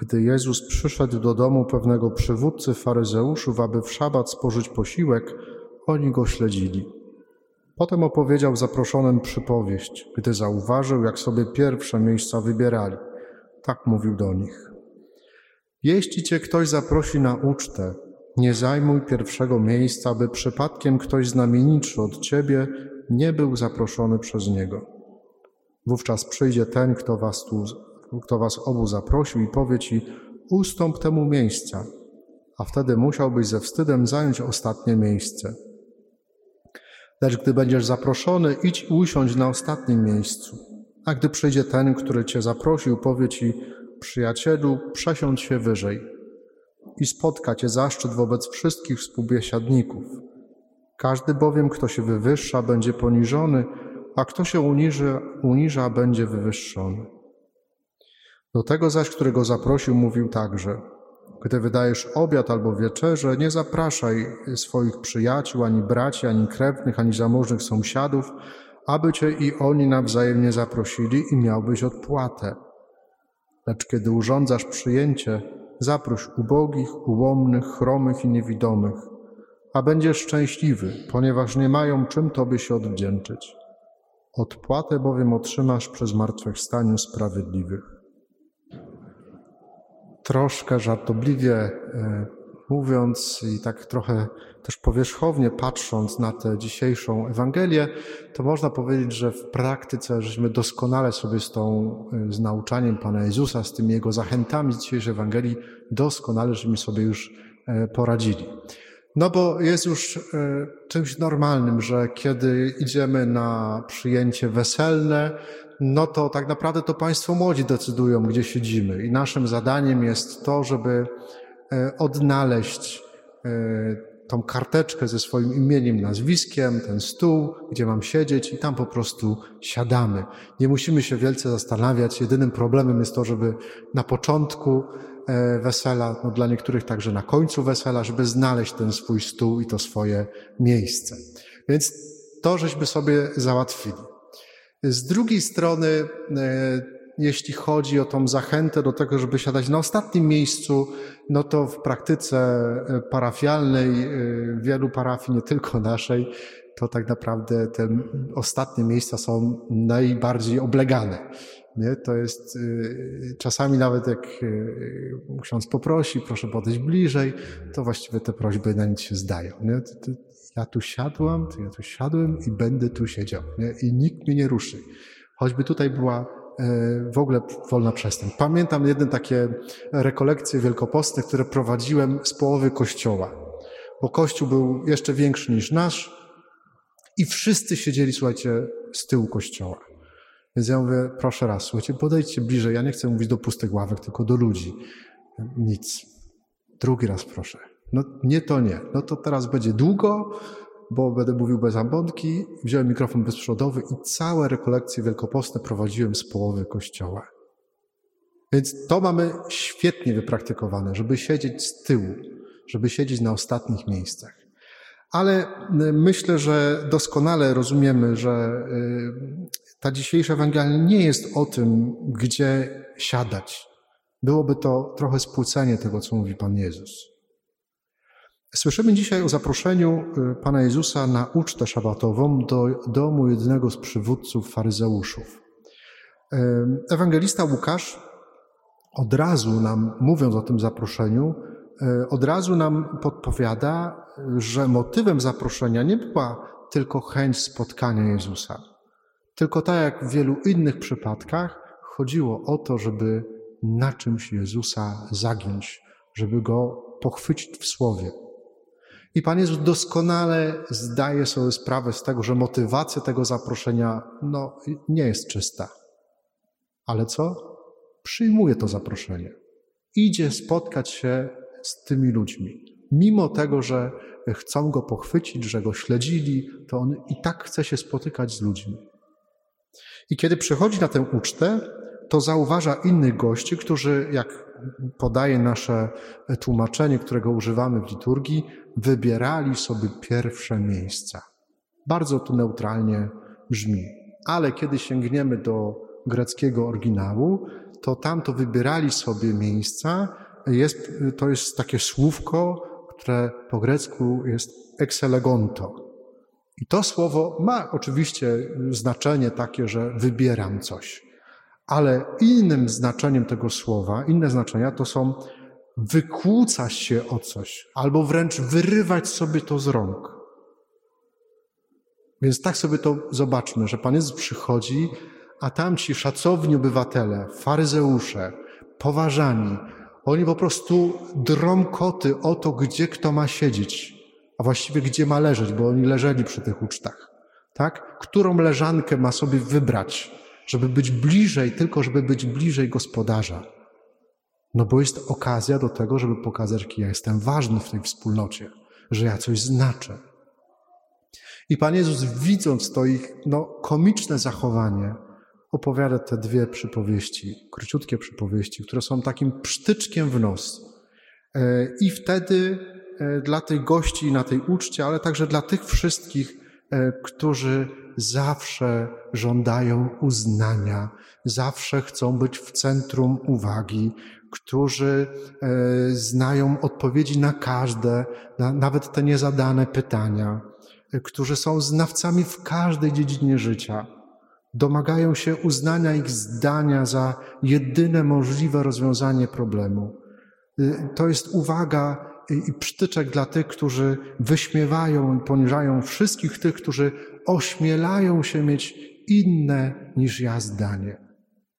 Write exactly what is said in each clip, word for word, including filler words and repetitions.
Gdy Jezus przyszedł do domu pewnego przywódcy faryzeuszów, aby w szabat spożyć posiłek, oni go śledzili. Potem opowiedział zaproszonym przypowieść, gdy zauważył, jak sobie pierwsze miejsca wybierali. Tak mówił do nich. Jeśli cię ktoś zaprosi na ucztę, nie zajmuj pierwszego miejsca, aby przypadkiem ktoś znamienitszy od ciebie nie był zaproszony przez niego. Wówczas przyjdzie ten, kto was, tu, kto was obu zaprosił i powie ci, ustąp temu miejsca, a wtedy musiałbyś ze wstydem zająć ostatnie miejsce. Lecz gdy będziesz zaproszony, idź usiądź na ostatnim miejscu. A gdy przyjdzie ten, który cię zaprosił, powie ci, przyjacielu, przesiądź się wyżej i spotka cię zaszczyt wobec wszystkich współbiesiadników. Każdy bowiem, kto się wywyższa, będzie poniżony, a kto się uniży, uniża, będzie wywyższony. Do tego zaś, którego zaprosił, mówił także, gdy wydajesz obiad albo wieczerzę, nie zapraszaj swoich przyjaciół, ani braci, ani krewnych, ani zamożnych sąsiadów, aby cię i oni nawzajem nie zaprosili i miałbyś odpłatę. Lecz kiedy urządzasz przyjęcie, zaproś ubogich, ułomnych, chromych i niewidomych, a będziesz szczęśliwy, ponieważ nie mają czym tobie się odwdzięczyć. Odpłatę bowiem otrzymasz przy zmartwychwstaniu sprawiedliwych. Troszkę żartobliwie e, mówiąc i tak trochę też powierzchownie patrząc na tę dzisiejszą Ewangelię, to można powiedzieć, że w praktyce żeśmy doskonale sobie z tą, z nauczaniem Pana Jezusa, z tymi Jego zachętami z dzisiejszej Ewangelii, doskonale żeśmy sobie już e, poradzili. No bo jest już e, czymś normalnym, że kiedy idziemy na przyjęcie weselne, no to tak naprawdę to Państwo młodzi decydują, gdzie siedzimy. I naszym zadaniem jest to, żeby e, odnaleźć e, tą karteczkę ze swoim imieniem, nazwiskiem, ten stół, gdzie mam siedzieć i tam po prostu siadamy. Nie musimy się wielce zastanawiać. Jedynym problemem jest to, żeby na początku wesela, no dla niektórych także na końcu wesela, żeby znaleźć ten swój stół i to swoje miejsce. Więc to żeśmy sobie załatwili. Z drugiej strony, jeśli chodzi o tą zachętę do tego, żeby siadać na ostatnim miejscu, no to w praktyce parafialnej wielu parafii, nie tylko naszej, to tak naprawdę te ostatnie miejsca są najbardziej oblegane. Nie? To jest y, czasami nawet jak y, ksiądz poprosi, proszę podejść bliżej, to właściwie te prośby na nic się zdają. Nie? To, to, ja tu siadłam, to ja tu siadłem i będę tu siedział. Nie? I nikt mnie nie ruszy. Choćby tutaj była y, w ogóle wolna przestrzeń. Pamiętam jedne takie rekolekcje wielkopostne, które prowadziłem z połowy kościoła. Bo kościół był jeszcze większy niż nasz i wszyscy siedzieli, słuchajcie, z tyłu kościoła. Więc ja mówię, proszę raz, słuchajcie, podejdźcie bliżej. Ja nie chcę mówić do pustych ławek, tylko do ludzi. Nic. Drugi raz proszę. No nie, to nie. No to teraz będzie długo, bo będę mówił bez ambonki. Wziąłem mikrofon bezprzewodowy i całe rekolekcje wielkopostne prowadziłem z połowy kościoła. Więc to mamy świetnie wypraktykowane, żeby siedzieć z tyłu, żeby siedzieć na ostatnich miejscach. Ale myślę, że doskonale rozumiemy, że ta dzisiejsza Ewangelia nie jest o tym, gdzie siadać. Byłoby to trochę spłycenie tego, co mówi Pan Jezus. Słyszymy dzisiaj o zaproszeniu Pana Jezusa na ucztę szabatową do domu jednego z przywódców faryzeuszów. Ewangelista Łukasz od razu nam, mówiąc o tym zaproszeniu, od razu nam podpowiada, że motywem zaproszenia nie była tylko chęć spotkania Jezusa. Tylko tak jak w wielu innych przypadkach chodziło o to, żeby na czymś Jezusa zagiąć, żeby Go pochwycić w słowie. I Pan Jezus doskonale zdaje sobie sprawę z tego, że motywacja tego zaproszenia no, nie jest czysta. Ale co? Przyjmuje to zaproszenie. Idzie spotkać się z tymi ludźmi. Mimo tego, że chcą Go pochwycić, że Go śledzili, to On i tak chce się spotykać z ludźmi. I kiedy przychodzi na tę ucztę, to zauważa innych gości, którzy, jak podaje nasze tłumaczenie, którego używamy w liturgii, wybierali sobie pierwsze miejsca. Bardzo to neutralnie brzmi. Ale kiedy sięgniemy do greckiego oryginału, to tam to wybierali sobie miejsca. Jest, to jest takie słówko, które po grecku jest exelegonto. I to słowo ma oczywiście znaczenie takie, że wybieram coś. Ale innym znaczeniem tego słowa, inne znaczenia to są wykłócać się o coś, albo wręcz wyrywać sobie to z rąk. Więc tak sobie to zobaczmy, że Pan Jezus przychodzi, a tam ci szacowni obywatele, faryzeusze, poważani, oni po prostu drą koty o to, gdzie kto ma siedzieć, a właściwie gdzie ma leżeć, bo oni leżeli przy tych ucztach. Tak? Którą leżankę ma sobie wybrać, żeby być bliżej, tylko żeby być bliżej gospodarza. No bo jest okazja do tego, żeby pokazać, jaki ja jestem ważny w tej wspólnocie, że ja coś znaczę. I Pan Jezus, widząc to ich no, komiczne zachowanie, opowiada te dwie przypowieści, króciutkie przypowieści, które są takim psztyczkiem w nos. I wtedy dla tych gości na tej uczcie, ale także dla tych wszystkich, którzy zawsze żądają uznania, zawsze chcą być w centrum uwagi, którzy znają odpowiedzi na każde, nawet te niezadane pytania, którzy są znawcami w każdej dziedzinie życia, domagają się uznania ich zdania za jedyne możliwe rozwiązanie problemu. To jest uwaga i przytyczek dla tych, którzy wyśmiewają i poniżają wszystkich tych, którzy ośmielają się mieć inne niż ja zdanie.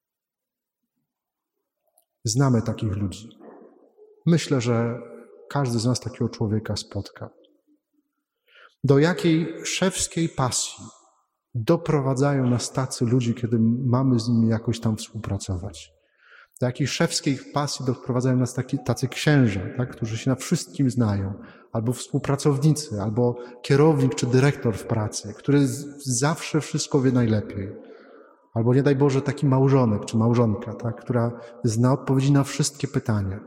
Znamy takich ludzi. Myślę, że każdy z nas takiego człowieka spotka. Do jakiej szewskiej pasji doprowadzają nas tacy ludzie, kiedy mamy z nimi jakoś tam współpracować? Do jakiej szewskiej pasji doprowadzają nas taki, tacy księża, tak, którzy się na wszystkim znają, albo współpracownicy, albo kierownik czy dyrektor w pracy, który zawsze wszystko wie najlepiej. Albo nie daj Boże taki małżonek czy małżonka, tak, która zna odpowiedzi na wszystkie pytania.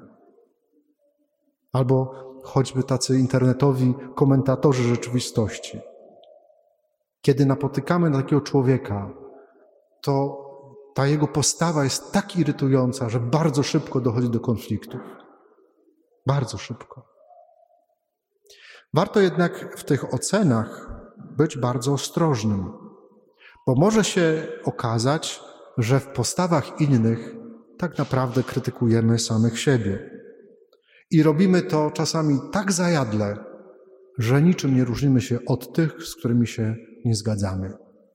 Albo choćby tacy internetowi komentatorzy rzeczywistości. Kiedy napotykamy na takiego człowieka, to ta jego postawa jest tak irytująca, że bardzo szybko dochodzi do konfliktów. Bardzo szybko. Warto jednak w tych ocenach być bardzo ostrożnym, bo może się okazać, że w postawach innych tak naprawdę krytykujemy samych siebie. I robimy to czasami tak zajadle, że niczym nie różnimy się od tych, z którymi się nie zgadzamy.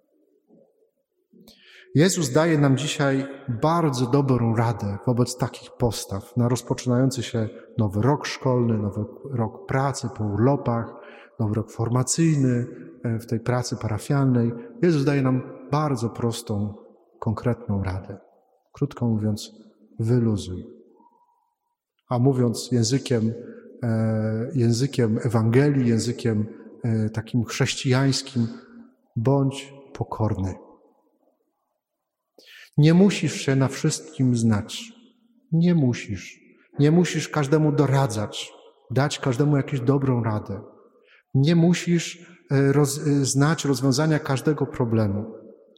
Jezus daje nam dzisiaj bardzo dobrą radę wobec takich postaw na rozpoczynający się nowy rok szkolny, nowy rok pracy po urlopach, nowy rok formacyjny w tej pracy parafialnej. Jezus daje nam bardzo prostą, konkretną radę. Krótko mówiąc, wyluzuj. A mówiąc językiem, e, językiem Ewangelii, językiem e, takim chrześcijańskim, bądź pokorny. Nie musisz się na wszystkim znać. Nie musisz. Nie musisz każdemu doradzać, dać każdemu jakąś dobrą radę. Nie musisz roz, znać rozwiązania każdego problemu.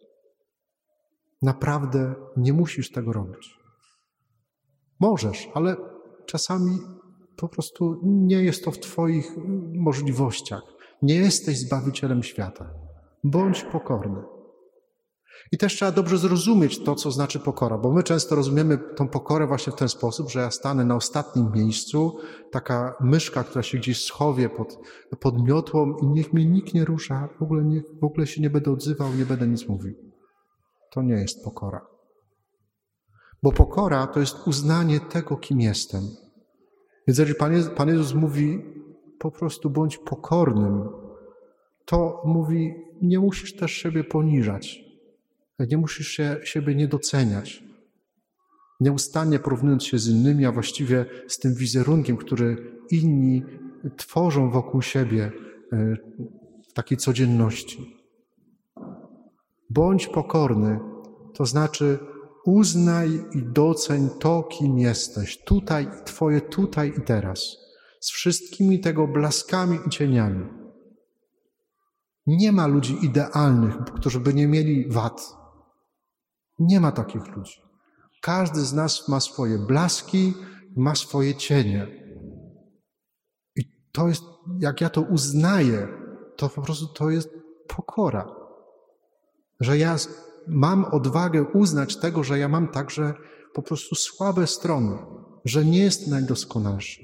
Naprawdę nie musisz tego robić. Możesz, ale czasami po prostu nie jest to w twoich możliwościach. Nie jesteś Zbawicielem świata. Bądź pokorny. I też trzeba dobrze zrozumieć to, co znaczy pokora, bo my często rozumiemy tą pokorę właśnie w ten sposób, że ja stanę na ostatnim miejscu, taka myszka, która się gdzieś schowie pod, pod miotłą i niech mnie nikt nie rusza, w ogóle, nie, w ogóle się nie będę odzywał, nie będę nic mówił. To nie jest pokora. Bo pokora to jest uznanie tego, kim jestem. Więc jeżeli Pan Jezus, Pan Jezus mówi po prostu bądź pokornym, to mówi nie musisz też siebie poniżać. Nie musisz się, siebie nie doceniać. Nieustannie porównując się z innymi, a właściwie z tym wizerunkiem, który inni tworzą wokół siebie w takiej codzienności. Bądź pokorny, to znaczy uznaj i doceń to, kim jesteś. Tutaj, twoje tutaj i teraz. Z wszystkimi tego blaskami i cieniami. Nie ma ludzi idealnych, którzy by nie mieli wad. Nie ma takich ludzi. Każdy z nas ma swoje blaski, ma swoje cienie. I to jest, jak ja to uznaję, to po prostu to jest pokora. Że ja mam odwagę uznać tego, że ja mam także po prostu słabe strony, że nie jest najdoskonalszy.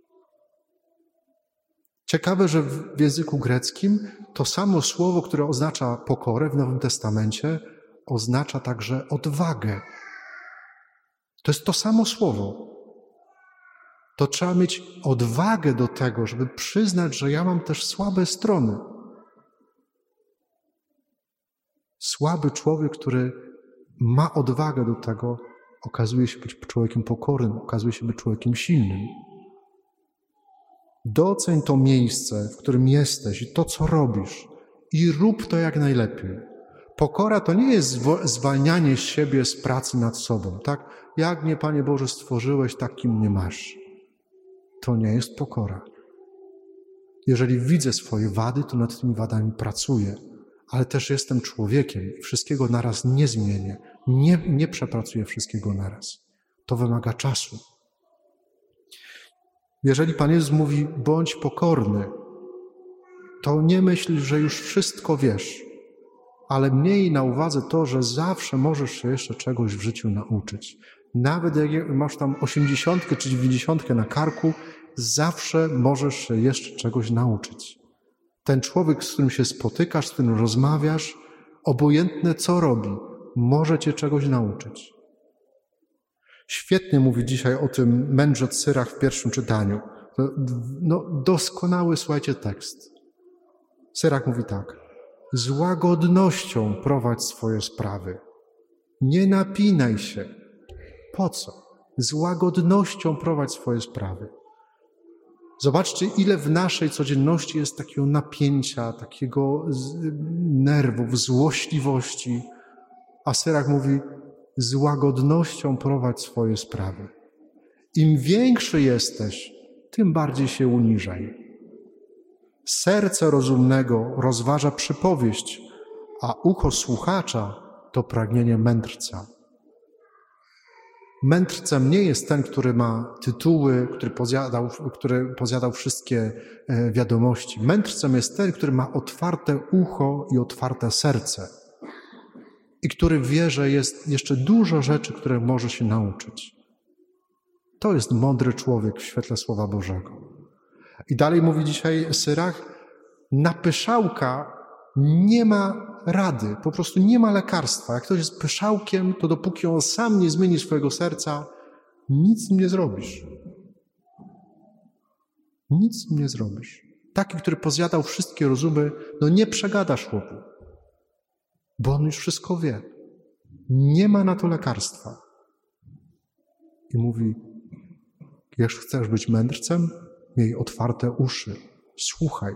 Ciekawe, że w języku greckim to samo słowo, które oznacza pokorę w Nowym Testamencie, oznacza także odwagę. To jest to samo słowo. To trzeba mieć odwagę do tego, żeby przyznać, że ja mam też słabe strony. Słaby człowiek, który ma odwagę do tego, okazuje się być człowiekiem pokornym, okazuje się być człowiekiem silnym. Doceń to miejsce, w którym jesteś i to, co robisz i rób to jak najlepiej. Pokora to nie jest zwalnianie z siebie z pracy nad sobą, tak? Jak mnie, Panie Boże, stworzyłeś, takim mnie masz. To nie jest pokora. Jeżeli widzę swoje wady, to nad tymi wadami pracuję, ale też jestem człowiekiem i wszystkiego naraz nie zmienię, nie, nie przepracuję wszystkiego naraz. To wymaga czasu. Jeżeli Pan Jezus mówi, bądź pokorny, to nie myśl, że już wszystko wiesz, ale miej na uwadze to, że zawsze możesz się jeszcze czegoś w życiu nauczyć. Nawet jak masz tam osiemdziesiątkę czy dziewięćdziesiątkę na karku, zawsze możesz się jeszcze czegoś nauczyć. Ten człowiek, z którym się spotykasz, z którym rozmawiasz, obojętne co robi, może cię czegoś nauczyć. Świetnie mówi dzisiaj o tym mędrzec Syrach w pierwszym czytaniu. No, doskonały, słuchajcie, tekst. Syrach mówi tak. Z łagodnością prowadź swoje sprawy. Nie napinaj się. Po co? Z łagodnością prowadź swoje sprawy. Zobaczcie, ile w naszej codzienności jest takiego napięcia, takiego nerwów, złośliwości. A Syrach mówi, z łagodnością prowadź swoje sprawy. Im większy jesteś, tym bardziej się uniżaj. Serce rozumnego rozważa przypowieść, a ucho słuchacza to pragnienie mędrca. Mędrcem nie jest ten, który ma tytuły, który pozjadał, który pozjadał wszystkie wiadomości. Mędrcem jest ten, który ma otwarte ucho i otwarte serce i który wie, że jest jeszcze dużo rzeczy, które może się nauczyć. To jest mądry człowiek w świetle Słowa Bożego. I dalej mówi dzisiaj Syrach, na pyszałka nie ma rady, po prostu nie ma lekarstwa. Jak ktoś jest pyszałkiem, to dopóki on sam nie zmieni swojego serca, nic z nim nie zrobisz. Nic z nim nie zrobisz. Taki, który pozjadał wszystkie rozumy, no nie przegadasz chłopu, bo on już wszystko wie. Nie ma na to lekarstwa. I mówi, jak chcesz być mędrcem, miej otwarte uszy, słuchaj.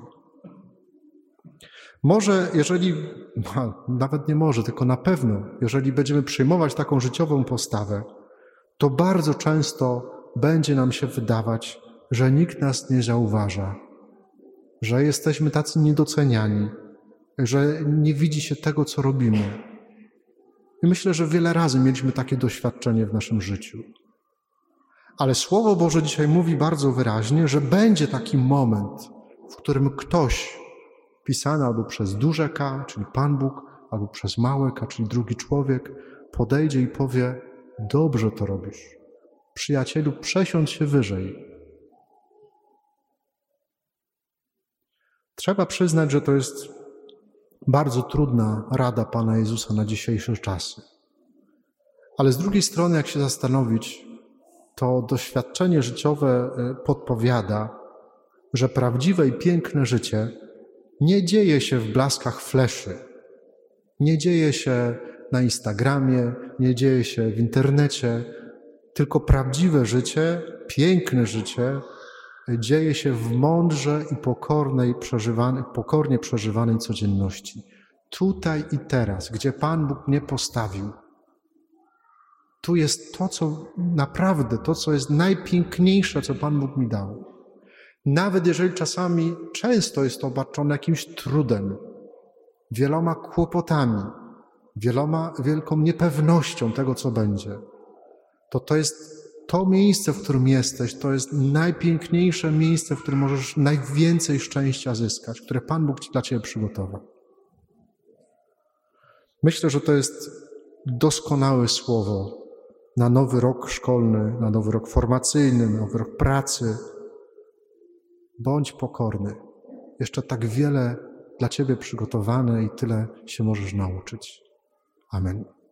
Może, jeżeli, nawet nie może, tylko na pewno, jeżeli będziemy przyjmować taką życiową postawę, to bardzo często będzie nam się wydawać, że nikt nas nie zauważa, że jesteśmy tacy niedoceniani, że nie widzi się tego, co robimy. I myślę, że wiele razy mieliśmy takie doświadczenie w naszym życiu. Ale Słowo Boże dzisiaj mówi bardzo wyraźnie, że będzie taki moment, w którym ktoś, pisany albo przez duże K, czyli Pan Bóg, albo przez małe K, czyli drugi człowiek, podejdzie i powie, dobrze to robisz. Przyjacielu, przesiądź się wyżej. Trzeba przyznać, że to jest bardzo trudna rada Pana Jezusa na dzisiejsze czasy. Ale z drugiej strony, jak się zastanowić, to doświadczenie życiowe podpowiada, że prawdziwe i piękne życie nie dzieje się w blaskach fleszy, nie dzieje się na Instagramie, nie dzieje się w internecie, tylko prawdziwe życie, piękne życie dzieje się w mądrze i pokornej, przeżywanej, pokornie przeżywanej codzienności. Tutaj i teraz, gdzie Pan Bóg mnie postawił. Tu jest to, co naprawdę, to, co jest najpiękniejsze, co Pan Bóg mi dał. Nawet jeżeli czasami często jest to obarczone jakimś trudem, wieloma kłopotami, wieloma, wielką niepewnością tego, co będzie, to to jest to miejsce, w którym jesteś, to jest najpiękniejsze miejsce, w którym możesz najwięcej szczęścia zyskać, które Pan Bóg dla ciebie przygotował. Myślę, że to jest doskonałe słowo na nowy rok szkolny, na nowy rok formacyjny, na nowy rok pracy. Bądź pokorny. Jeszcze tak wiele dla ciebie przygotowane i tyle się możesz nauczyć. Amen.